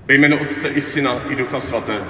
Ve jménu Otce i Syna i Ducha Svatého.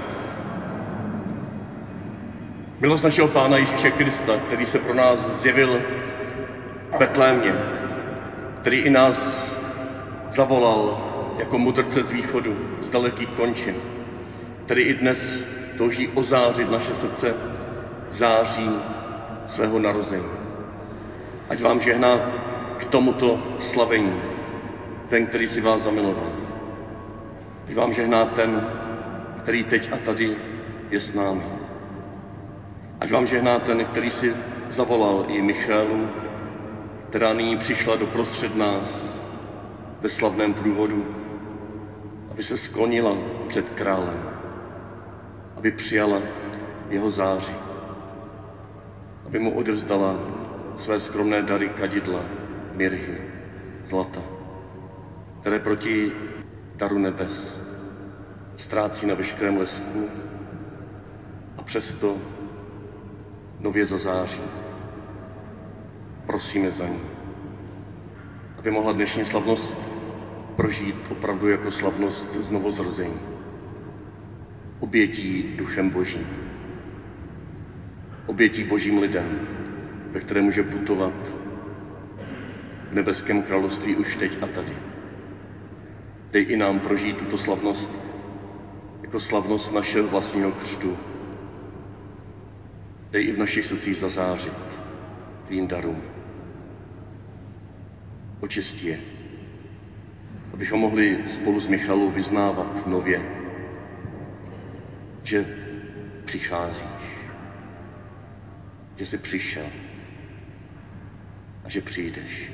Milost našeho Pána Ježíše Krista, který se pro nás zjevil v Betlémě, který i nás zavolal jako mudrce z východu, z dalekých končin, který i dnes touží ozářit naše srdce září svého narození. Ať vám žehná k tomuto slavení ten, který si vás zamiloval. Ať vám žehná ten, který teď a tady je s námi. Ať vám žehná ten, který si zavolal i Michaelu, která nyní přišla doprostřed nás ve slavném průvodu, aby se sklonila před králem, aby přijala jeho záři, aby mu odevzdala své skromné dary kadidla, mirhy, zlata, které proti daru nebes ztrácí na veškerém lesku a přesto nově zazáří. Prosíme za ní, aby mohla dnešní slavnost prožít opravdu jako slavnost znovuzrození, obětí Duchem Božím, obětí Božím lidem, ve které může putovat v nebeském království už teď a tady. Dej i nám prožít tuto slavnost jako slavnost našeho vlastního křtu. Dej i v našich srdcích zazářit tvým darům. Očistí je, abychom mohli spolu s Michalou vyznávat nově, že přicházíš, že jsi přišel a že přijdeš.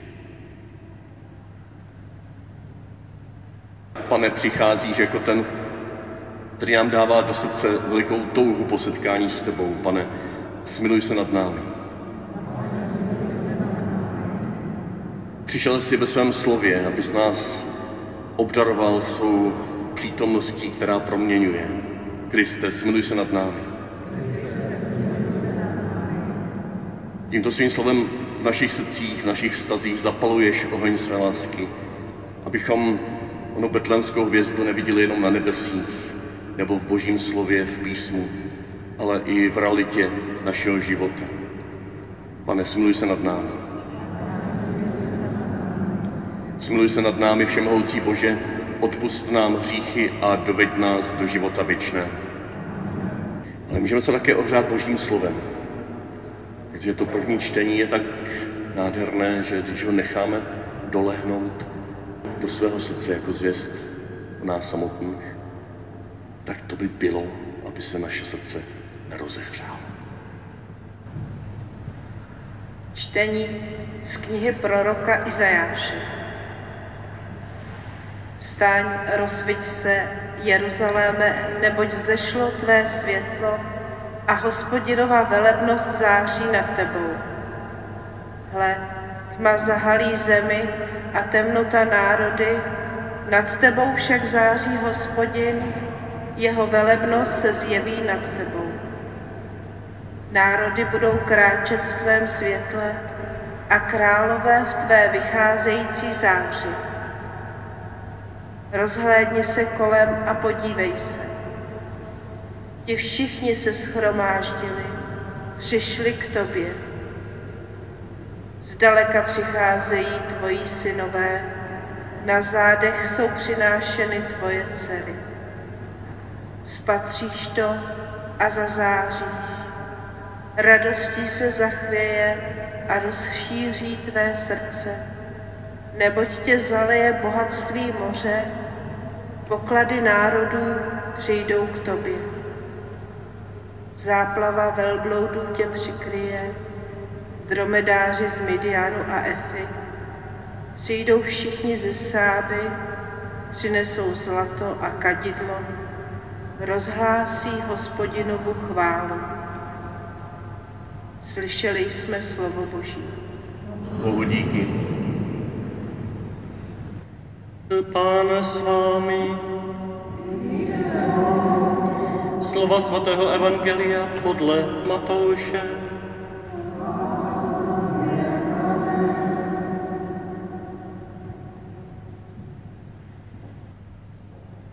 Pane, přicházíš jako ten, který nám dává do srdce velikou touhu po setkání s tebou. Pane, smiluj se nad námi. Přišel jsi ve svém slově, abys nás obdaroval svou přítomností, která proměňuje. Kriste, smiluj se nad námi. Tímto svým slovem v našich srdcích, v našich vztazích zapaluješ oheň své lásky, abychom onu betlémskou hvězdu neviděli jenom na nebesích nebo v Božím slově, v písmu, ale i v realitě našeho života. Pane, smiluj se nad námi. Smiluj se nad námi, všemohoucí Bože, odpusť nám hříchy a doveď nás do života věčného. Ale můžeme se také ohřát Božím slovem, protože to první čtení je tak nádherné, že když ho necháme dolehnout do svého srdce jako zvěst o nás samotných, tak to by bylo, aby se naše srdce nerozehřálo. Čtení z knihy proroka Izajáše. Vstaň, rozsviť se, Jeruzaléme, neboť vzešlo tvé světlo a Hospodinova velebnost září nad tebou. Hle, tma zahalí zemi a temnota národy, nad tebou však září Hospodin, jeho velebnost se zjeví nad tebou. Národy budou kráčet v tvém světle a králové v tvé vycházející záři. Rozhlédni se kolem a podívej se. Ti všichni se shromáždili, přišli k tobě. Zdaleka přicházejí tvoji synové, na zádech jsou přinášeny tvoje dcery. Spatříš to a zazáříš. Radostí se zachvěje a rozšíří tvé srdce, neboť tě zaleje bohatství moře, poklady národů přijdou k tobě. Záplava velbloudů tě přikryje, dromedáři z Midianu a Efy. Přijdou všichni ze Sáby, přinesou zlato a kadidlo, rozhlásí Hospodinovu chválu. Slyšeli jsme slovo Boží. Bohu díky. Pán s vámi. Slova svatého evangelia podle Matouše.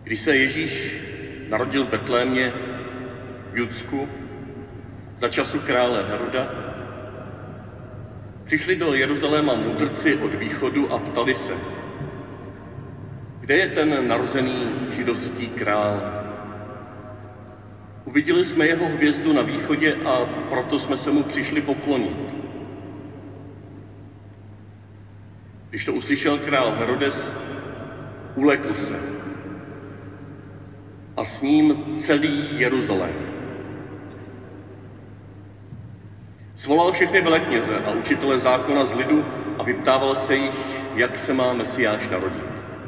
Když se Ježíš narodil v Betlémě v Judsku za času krále Heroda, přišli do Jeruzaléma mudrci od východu a ptali se, kde je ten narozený židovský král? Uviděli jsme jeho hvězdu na východě a proto jsme se mu přišli poklonit. Když to uslyšel král Herodes, ulekl se a s ním celý Jeruzalém. Svolal všechny velekněze a učitele zákona z lidu a vyptával se jich, jak se má Mesiáš narodit.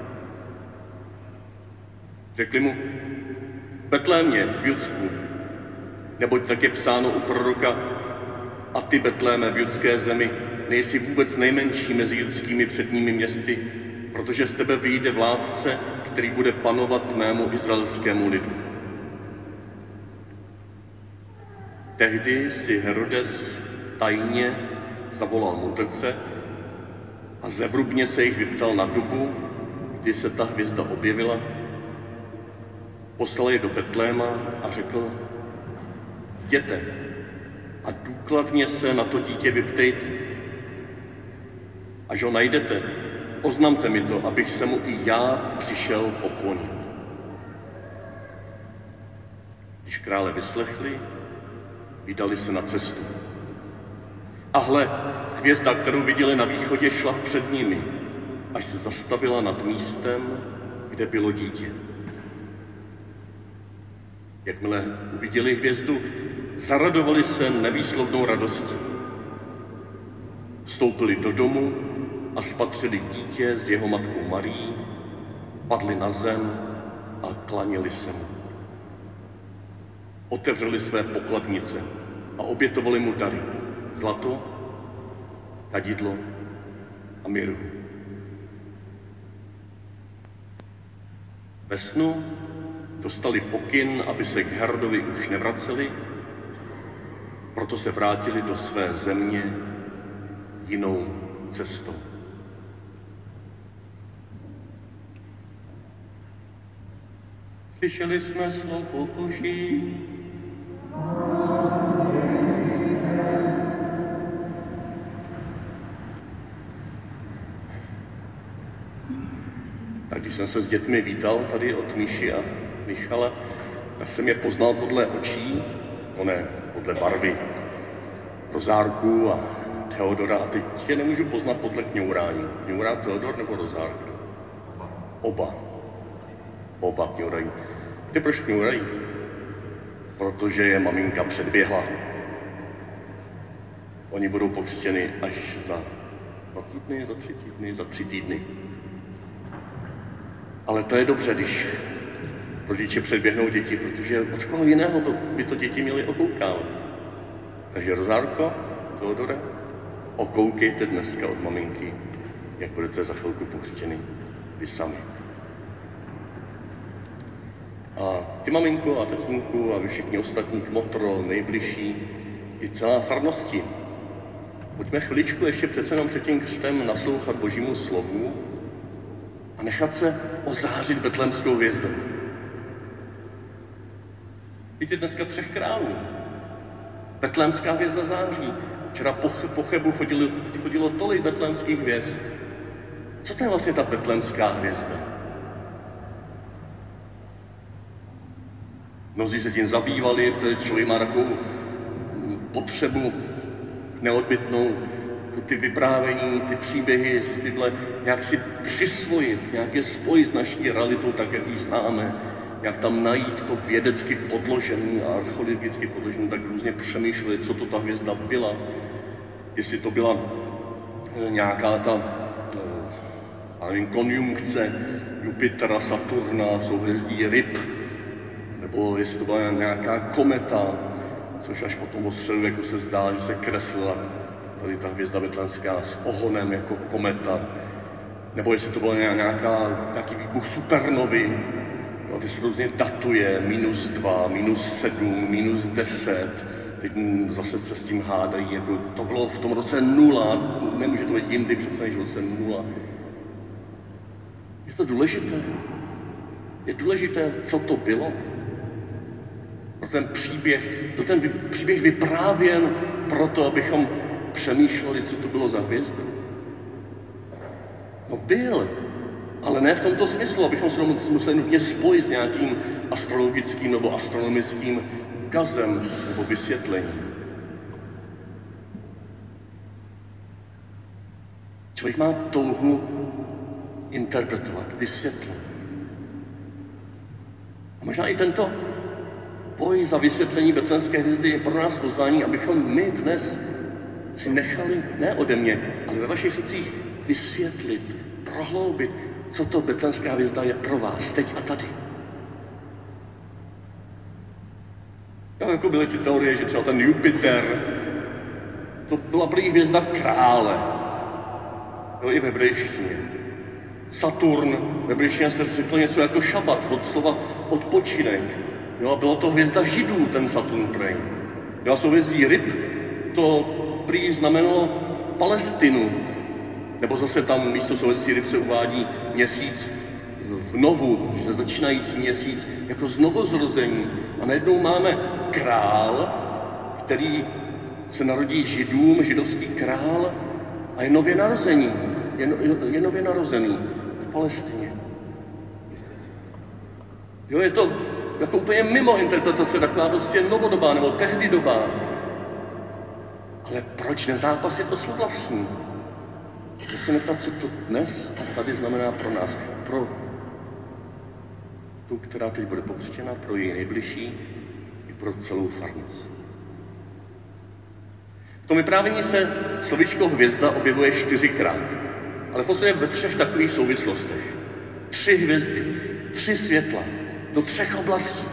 Řekli mu, v Betlémě, v Judsku, neboť tak je psáno u proroka, a ty, Betléme, v judské zemi, nejsi vůbec nejmenší mezi judskými předními městy, protože z tebe vyjde vládce, který bude panovat mému izraelskému lidu. Tehdy si Herodes tajně zavolal mudrce a zevrubně se jich vyptal na dobu, kdy se ta hvězda objevila. Poslal je do Betléma a řekl, jděte a důkladně se na to dítě vyptejte. Až ho najdete, oznamte mi to, abych se mu i já přišel poklonit. Když krále vyslechli, vydali se na cestu. A hle, hvězda, kterou viděli na východě, šla před nimi, až se zastavila nad místem, kde bylo dítě. Jakmile uviděli hvězdu, zaradovali se nevýslovnou radostí. Vstoupili do domu a spatřili dítě s jeho matkou Marií, padli na zem a klanili se mu. Otevřeli své pokladnice a obětovali mu dary, zlato, kadidlo a mirhu. Ve snu dostali pokyn, aby se k Herodovi už nevraceli, proto se vrátili do své země jinou cestou. Slyšeli jsme slovo Boží. Tak když jsem se s dětmi vítal tady od Míši a Michala, tak jsem je poznal podle očí, ne podle barvy, Rozárku a Teodora. A teď je nemůžu poznat podle kňourání. Kňourá Teodor nebo Rozárka? Oba kňourají. Víte, proč kňourají? Protože je maminka předběhla. Oni budou pokřtěni až za 2 týdny, za 3 týdny, za 3 týdny. Ale to je dobře, když rodiče předběhnou děti, protože od koho jiného by to děti měly okoukávat. Takže Rozárko, Teodore, okoukejte dneska od maminky, jak budete za chvilku pokřtěni vy sami. A ty, maminko a tatínku a vy všichni ostatní kmotro, nejbližší i celá farnosti, pojďme chviličku ještě přece jenom před tím křtem naslouchat Božímu slovu a nechat se ozářit betlémskou hvězdou. Víte, dneska 3 králů. Betlémská hvězda září. Včera po Chebu chodilo tolik betlémských hvězd. Co to je vlastně ta betlémská hvězda? Mnozí se tím zabývali, protože člověk má takovou potřebu neodbytnou ty vyprávění, ty příběhy z Bible nějak si přisvojit, nějak je spojit s naší realitou, tak jak ji známe, jak tam najít to vědecky podložený a archeologicky podložený, tak různě přemýšleli, co to ta hvězda byla, jestli to byla nějaká ta konjunkce Jupitera, Saturna, souhvězdí ryb, nebo jestli to byla nějaká kometa, což až potom o středověku se zdá, že se kreslila tady ta hvězda betlémská s ohonem jako kometa, nebo jestli to byla nějaký výbuch supernovy, no, ty se různě datuje, -2, -7, -10, teď zase se s tím hádají, jako to bylo v tom roce 0, nemůže to být jindy přece než v roce 0. Je to důležité. Je důležité, co to bylo. Pro ten příběh vyprávěn proto, abychom přemýšleli, co to bylo za hvězdu. No byl, ale ne v tomto smyslu, abychom se to museli nutně spojit s nějakým astrologickým nebo astronomickým ukazem nebo vysvětlením. Člověk má touhu interpretovat, vysvětlit. A možná i tento boj za vysvětlení betlémské hvězdy je pro nás pozvání, abychom my dnes si nechali, ne ode mě, ale ve vašich srdcích vysvětlit, prohloubit, co to betlémská hvězda je pro vás teď a tady. Jako byly ty teorie, že třeba ten Jupiter, to byla prý hvězda krále, jo, i v hebrejštině. Saturn, v hebrejštině se řeklo něco jako šabat, od slova odpočinek. Jo, a byla to hvězda Židů, ten Saturn prej. Jo, a souhvězdí ryb, to prý znamenalo Palestinu. Nebo zase tam místo souhvězdí ryb se uvádí měsíc v novu, že začínající měsíc jako znovuzrození. A najednou máme král, který se narodí Židům, židovský král, a je nově narozený. Je nově narozený v Palestině. Jo, je to jako úplně mimo interpretace, taková prostě novodobá nebo tehdy doba. Ale proč nezápasit o svou vlastní? Proč se neptat, co to dnes a tady znamená pro nás, pro tu, která teď bude pokřtěna, pro její nejbližší i pro celou farnost. V tom vyprávění se slovíčko hvězda objevuje 4krát, ale v podstatě ve 3 takových souvislostech. 3 hvězdy, 3 světla, do 3 oblastí.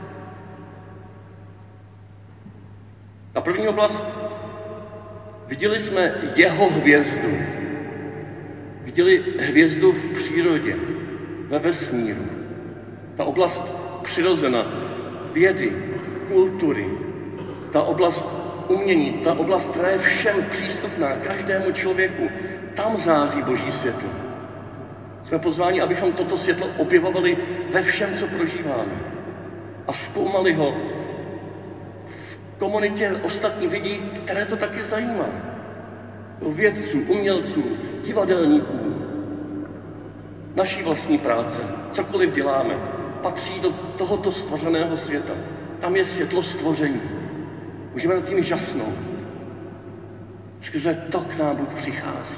Na první oblast viděli jsme jeho hvězdu. Viděli hvězdu v přírodě, ve vesmíru. Ta oblast přirozena, vědy, kultury, ta oblast umění, ta oblast, která je všem přístupná, každému člověku, tam září Boží světlo. Jsme pozváni, abychom toto světlo objevovali ve všem, co prožíváme. A zkoumali ho v komunitě ostatních lidí, které to taky zajímá. Vědců, umělců, divadelníků, naší vlastní práce, cokoliv děláme, patří do tohoto stvořeného světa. Tam je světlo stvoření. Můžeme nad tím žasnout. Skrze to k nám Bůh přichází.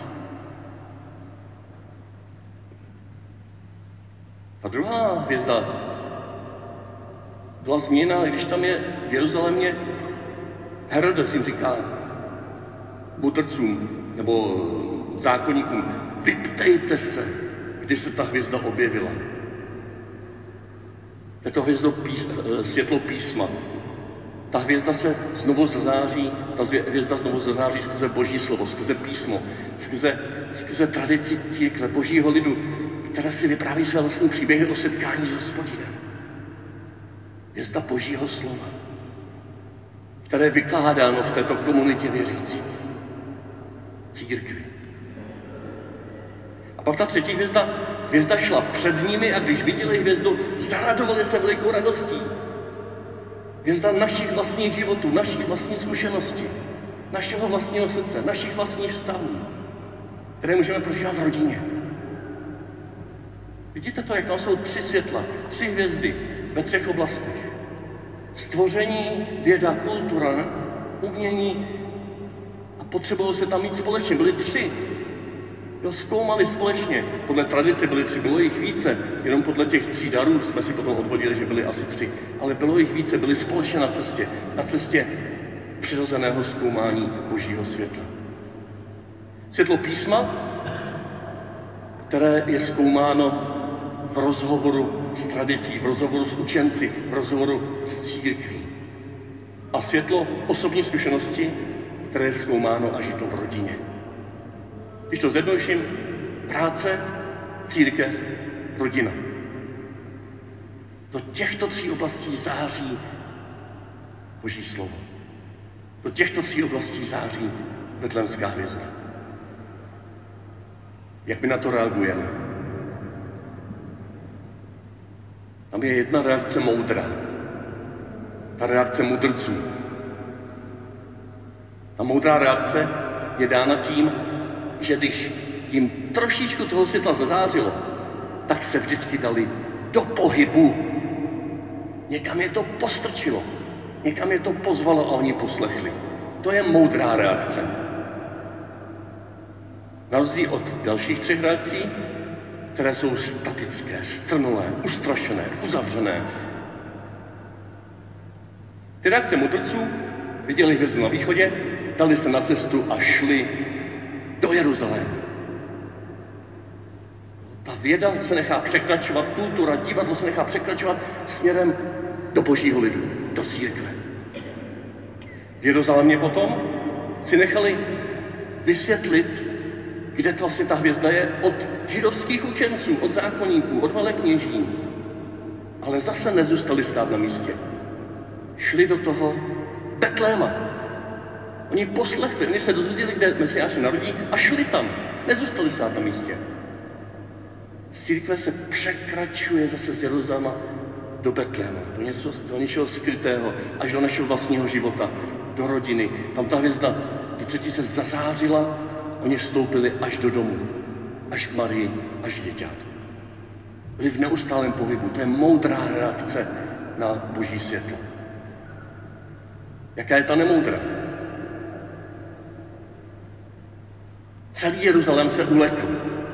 A druhá hvězda byla změněna, když tam je v Jeruzalémě Herodes jim říká mudrcům nebo zákonníkům, vyptejte se, kdy se ta hvězda objevila. Je to světlo písma. Ta hvězda se znovu zazáří, skrze Boží slovo, skrze písmo, skrze tradici církve, Božího lidu, která si vypráví své vlastní příběhy o setkání s Hospodinem. Hvězda Božího slova, které je vykládáno v této komunitě věřící církvi. A pak ta třetí hvězda šla před nimi a když viděli hvězdu, zaradovali se velikou radostí. Hvězda našich vlastních životů, našich vlastních zkušeností, našeho vlastního srdce, našich vlastních vztahů, které můžeme prožívat v rodině. Vidíte to, jak tam jsou 3 světla, 3 hvězdy ve 3 oblastech. Stvoření, věda, kultura, umění a potřebovalo se tam mít společně. Byly 3. Zkoumali společně. Podle tradice byly 3, bylo jich více. Jenom podle těch 3 darů jsme si potom odvodili, že byly asi 3. Ale bylo jich více, byli společně na cestě přirozeného zkoumání Božího světla. Světlo písma, které je zkoumáno v rozhovoru s tradicí, v rozhovoru s učenci, v rozhovoru s církví. A světlo osobní zkušenosti, které je zkoumáno a žito v rodině. Když to zjednoduším, práce, církev, rodina. Do těchto 3 oblastí září Boží slovo. Do těchto 3 oblastí září betlémská hvězda. Jak my na to reagujeme? Tam je jedna reakce moudrá. Ta reakce mudrců. A moudrá reakce je dána tím, že když jim trošičku toho světla zazářilo, tak se vždycky dali do pohybu. Někam je to postrčilo, někam je to pozvalo a oni poslechli. To je moudrá reakce. Na rozdíl od dalších 3 reakcí, které jsou statické, strnulé, ustrašené, uzavřené. Ty reakce mudrců viděli hvězdu na východě, dali se na cestu a šli do Jeruzaléma. Ta věda se nechá překračovat, kultura, divadlo se nechá překračovat směrem do božího lidu, do církve. V Jeruzalémě potom si nechali vysvětlit, kde to vlastně ta hvězda je, od židovských učenců, od zákonníků, od velekněží. Ale zase nezůstali stát na místě. Šli do toho Betléma. Oni poslechli, oni se dozvěděli, kde Mesiáš se narodí a šli tam. Nezůstali stát na místě. Z církve se překračuje zase z Jeruzaléma do Betléma, do něčeho skrytého, až do našeho vlastního života, do rodiny. Tam ta hvězda do třetí se zazářila, oni vstoupili až do domu, až k Marii, až k děťátu. Byli v neustálém pohybu, to je moudrá reakce na boží světlo. Jaká je ta nemoudrá? Celý Jeruzalém se ulekl.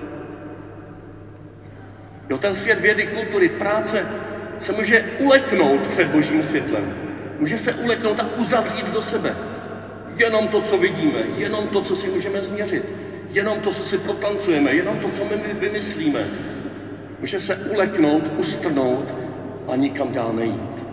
Jo, ten svět vědy, kultury, práce se může uleknout před božím světlem. Může se uleknout a uzavřít do sebe. Jenom to, co vidíme, jenom to, co si můžeme změřit, jenom to, co si protancujeme, jenom to, co my vymyslíme. Může se uleknout, ustrnout a nikam dál nejít.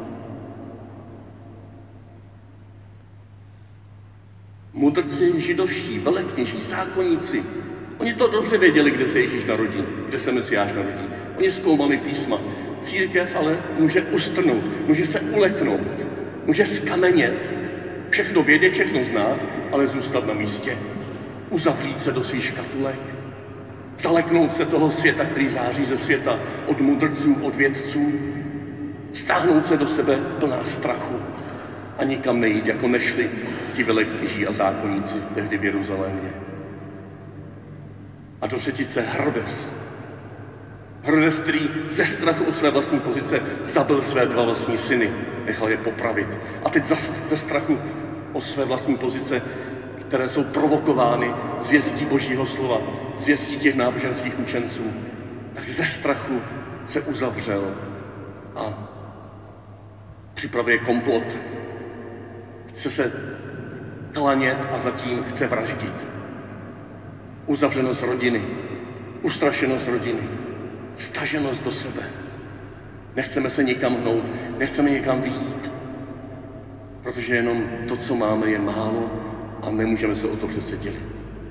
Mudrci židovští, velekněží, zákonníci, oni to dobře věděli, kde se Ježíš narodí, kde se Mesiáš narodí. Oni zkoumali písma. Církev ale může ustrnout, může se uleknout, může skamenět, všechno vědět, všechno znát, ale zůstat na místě. Uzavřít se do svých škatulek, zaleknout se toho světa, který září ze světa, od mudrců, od vědců, stáhnout se do sebe plná strachu a nikam nejít, jako nešli ti velekněží a zákonníci tehdy v Jeruzalémě. A do třetice Herodes. Herodes, který ze strachu o své vlastní pozice zabil své 2 vlastní syny, nechal je popravit. A teď ze strachu o své vlastní pozice, které jsou provokovány zvěstí božího slova, zvěstí těch náboženských učenců, tak ze strachu se uzavřel a připravuje komplot. Chce se klanět a zatím chce vraždit. Uzavřenost rodiny, ustrašenost rodiny, staženost do sebe. Nechceme se nikam hnout, nechceme nikam vyjít, protože jenom to, co máme, je málo a nemůžeme se o to přece dělit.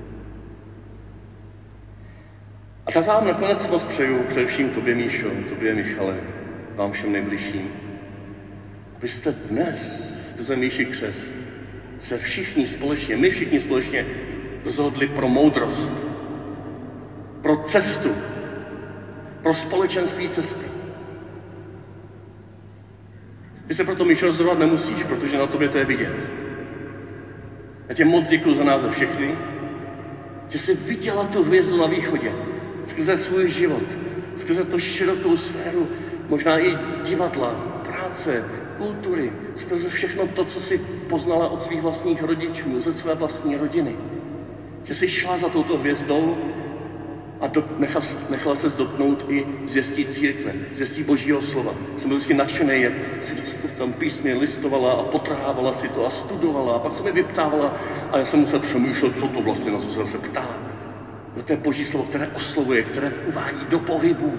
A tak vám nakonec moc přeju, především tobě, Míšo, tobě, Michale, vám všem nejbližším, abyste dnes skrze Míši křest se my všichni společně rozhodli pro moudrost, pro cestu, pro společenství cesty. Ty se proto, Míšo, rozhodovat nemusíš, protože na tobě to je vidět. Já tě moc děkuju za nás všechny, že jsi viděla tu hvězdu na východě, skrze svůj život, skrze tu širokou sféru, možná i divadla, práce, kultury, skrze všechno to, co jsi poznala od svých vlastních rodičů, ze své vlastní rodiny. Že jsi šla za touto hvězdou a nechala se dotknout i zvěstí církve, zvěstí božího slova. Jsem byl vždycky nadšený, jak si v tom písmě listovala a potrhávala si to a studovala a pak se mi vyptávala a já jsem musel přemýšlet, co to vlastně, na co se ptá. No to je boží slovo, které oslovuje, které uvádí do pohybu.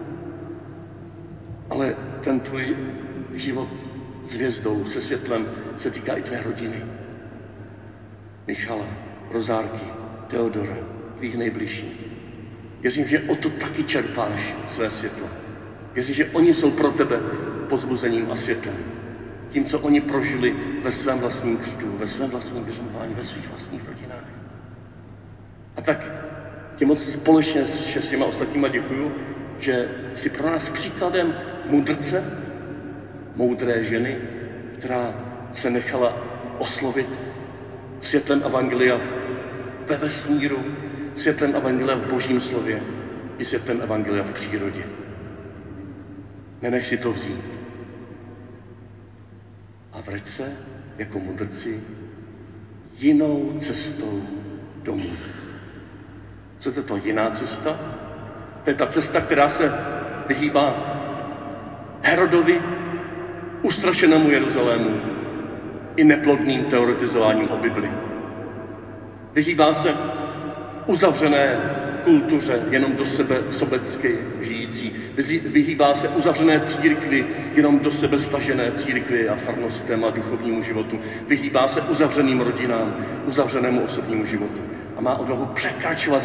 Ale ten tvůj život s hvězdou, se světlem, se týká i tvé rodiny. Michala, Rozárky, Teodora, tvých nejbližších. Věřím, že o to taky čerpáš své světlo. Věřím, že oni jsou pro tebe povzbuzením a světlem. Tím, co oni prožili ve svém vlastním křtu, ve svém vlastním běžmování, ve svých vlastních rodinách. A tak tě moc společně s 6 ostatníma děkuju, že jsi pro nás příkladem mudrce, moudré ženy, která se nechala oslovit světlem evangelia ve vesmíru, světlem evangelia v Božím slově i světlem evangelia v přírodě. Nenech si to vzít. A vrať se jako mudrci jinou cestou domů. Co je to jiná cesta? To je ta cesta, která se vyhýbá Herodovi, ustrašenému Jeruzalému i neplodným teoretizováním o Bibli. Vyhýbá se uzavřené kultuře, jenom do sebe sobecky žijící. Vyhýbá se uzavřené církvi, jenom do sebe stažené církvi a farnostem a duchovnímu životu. Vyhýbá se uzavřeným rodinám, uzavřenému osobnímu životu. A má odvahu překračovat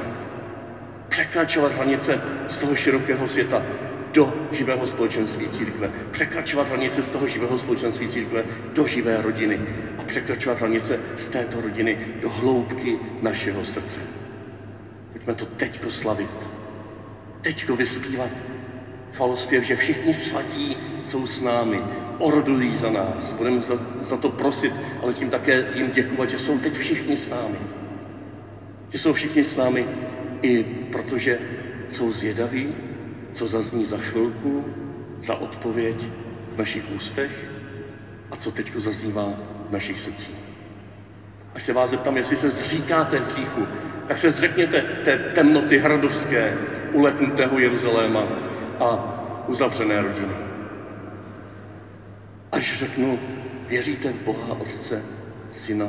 hranice z toho širokého světa do živého společenství církve. Překračovat hranice z toho živého společenství církve do živé rodiny. A překračovat hranice z této rodiny do hloubky našeho srdce. Pojďme to teďko slavit. Teďko vyspívat chvalospěv, že všichni svatí jsou s námi, orodují za nás. Budeme za to prosit, ale tím také jim děkovat, že jsou teď všichni s námi. Že jsou všichni s námi i protože jsou zvědaví, co zazní za chvilku, za odpověď v našich ústech a co teďko zaznívá v našich srdcích. Až se vás zeptám, jestli se zříkáte hříchu, tak se zřekněte té temnoty hradovské, uletnutého Jeruzaléma a uzavřené rodiny. Až řeknu, věříte v Boha Otce, Syna,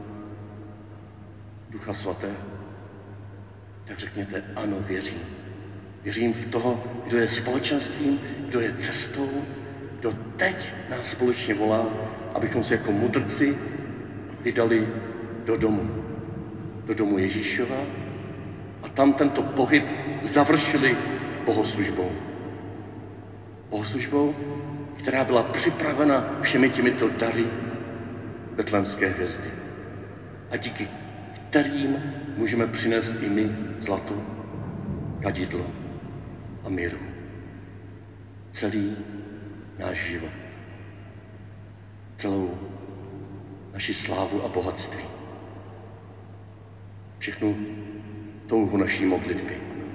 Ducha Svatého, tak řekněte, ano, věřím. Věřím v toho, kdo je společenstvím, kdo je cestou, kdo teď nás společně volá, abychom se jako mudrci vydali do domu Ježíšova a tam tento pohyb završili bohoslužbou. Bohoslužbou, která byla připravena všemi těmito dary betlémské hvězdy a díky kterým můžeme přinést i my zlato, kadidlo a míru. Celý náš život. Celou naši slávu a bohatství. Všechnu touhu naší modlitby.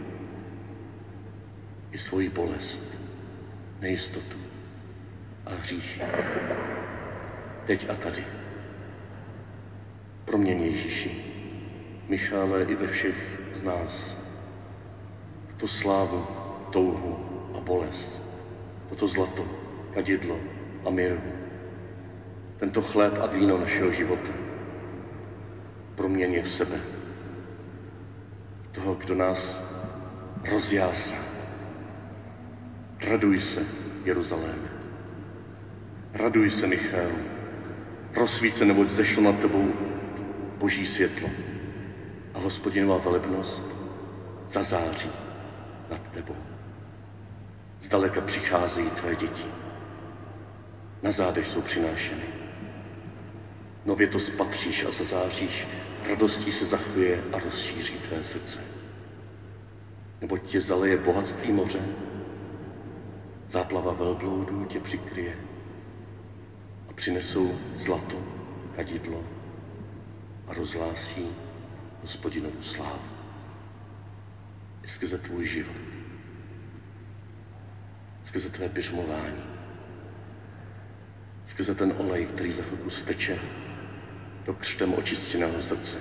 I svoji bolest, nejistotu a hříchy. Teď a tady. Proměň Ježíši, Michále i ve všech z nás. To slávu, touhu a bolest. Toto zlato, kadidlo a míru. Tento chléb a víno našeho života. Proměň je v sebe. Toho, kdo nás rozjásá. Raduj se, Jeruzaléme. Raduj se, Michaelu. Rozsvíť se, neboť zešlo nad tebou Boží světlo a Hospodinova velebnost zazáří nad tebou. Zdaleka přicházejí tvé děti. Na zádech jsou přinášeny. Nově to spatříš a zazáříš, radostí se zachvěje a rozšíří tvé srdce. Neboť tě zaleje bohatství moře, záplava velbloudů tě přikryje a přinesou zlato, kadidlo a rozhlásí Hospodinovu slávu. I skrze tvůj život, skrze tvé běžmování, skrze ten olej, který za chvilku steče do křtem očištěného srdce,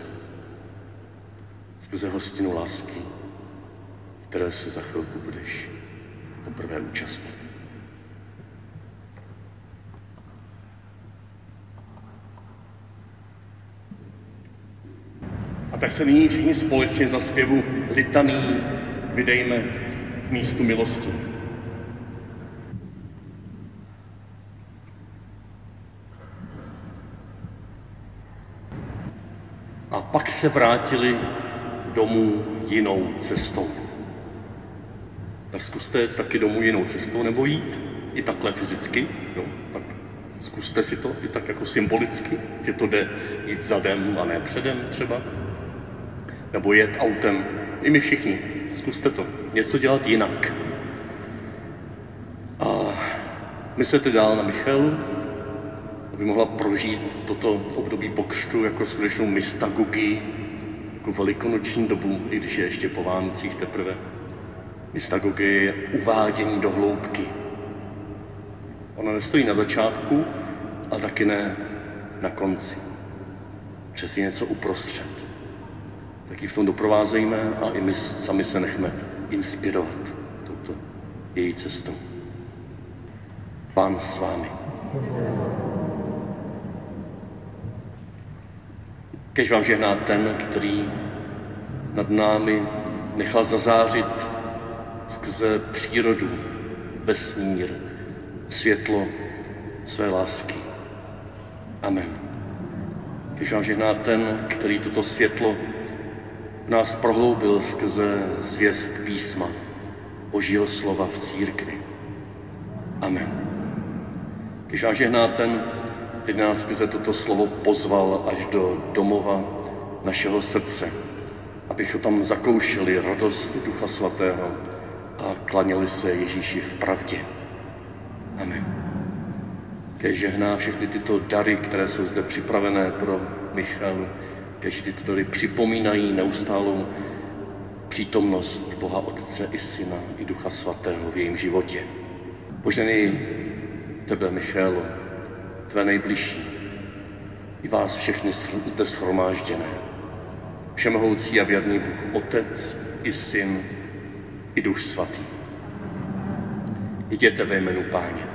skrze hostinu lásky, které se za chvilku budeš poprvé účastnit. A tak se nyní všichni společně za zpěvu litaný vydejme k místu milosti. A pak se vrátili domů jinou cestou. Tak zkuste jet taky domů jinou cestou, nebo jít i takhle fyzicky, jo, tak zkuste si to i tak jako symbolicky, že to jde jít zadem a ne předem třeba. Nebo jet autem, i my všichni, zkuste to, něco dělat jinak. A Myslete dál na Michaelu, aby mohla prožít toto období pokřtu jako skutečnou mystagogii, jako velikonoční dobu, i když je ještě po Vánocích teprve. Mystagogie je uvádění do hloubky. Ona nestojí na začátku, ale taky ne na konci. Přesně něco uprostřed. Tak ji v tom doprovázejme a i my sami se nechme inspirovat touto její cestou. Pán s vámi. Kéž vám žehná ten, který nad námi nechal zazářit skrze přírodu, vesmír, světlo své lásky. Amen. Kéž vám žehná ten, který toto světlo v nás prohloubil skrze zvěst písma, Božího slova v církvi. Amen. Kéž vám žehná ten, který nás skrze toto slovo pozval až do domova našeho srdce, abychom tam zakoušeli radost Ducha Svatého a klaněli se Ježíši v pravdě. Amen. Kéž žehná všechny tyto dary, které jsou zde připravené pro Michaelu, kéž tyto dary připomínají neustálou přítomnost Boha Otce i Syna i Ducha Svatého v jejím životě. Požehnej tebe, Michaelo, tvé nejbližší, i vás všechny zde shromážděné. Všemohoucí a věrný Bůh, Otec i Syn i Duch Svatý. Jděte ve jménu Páně.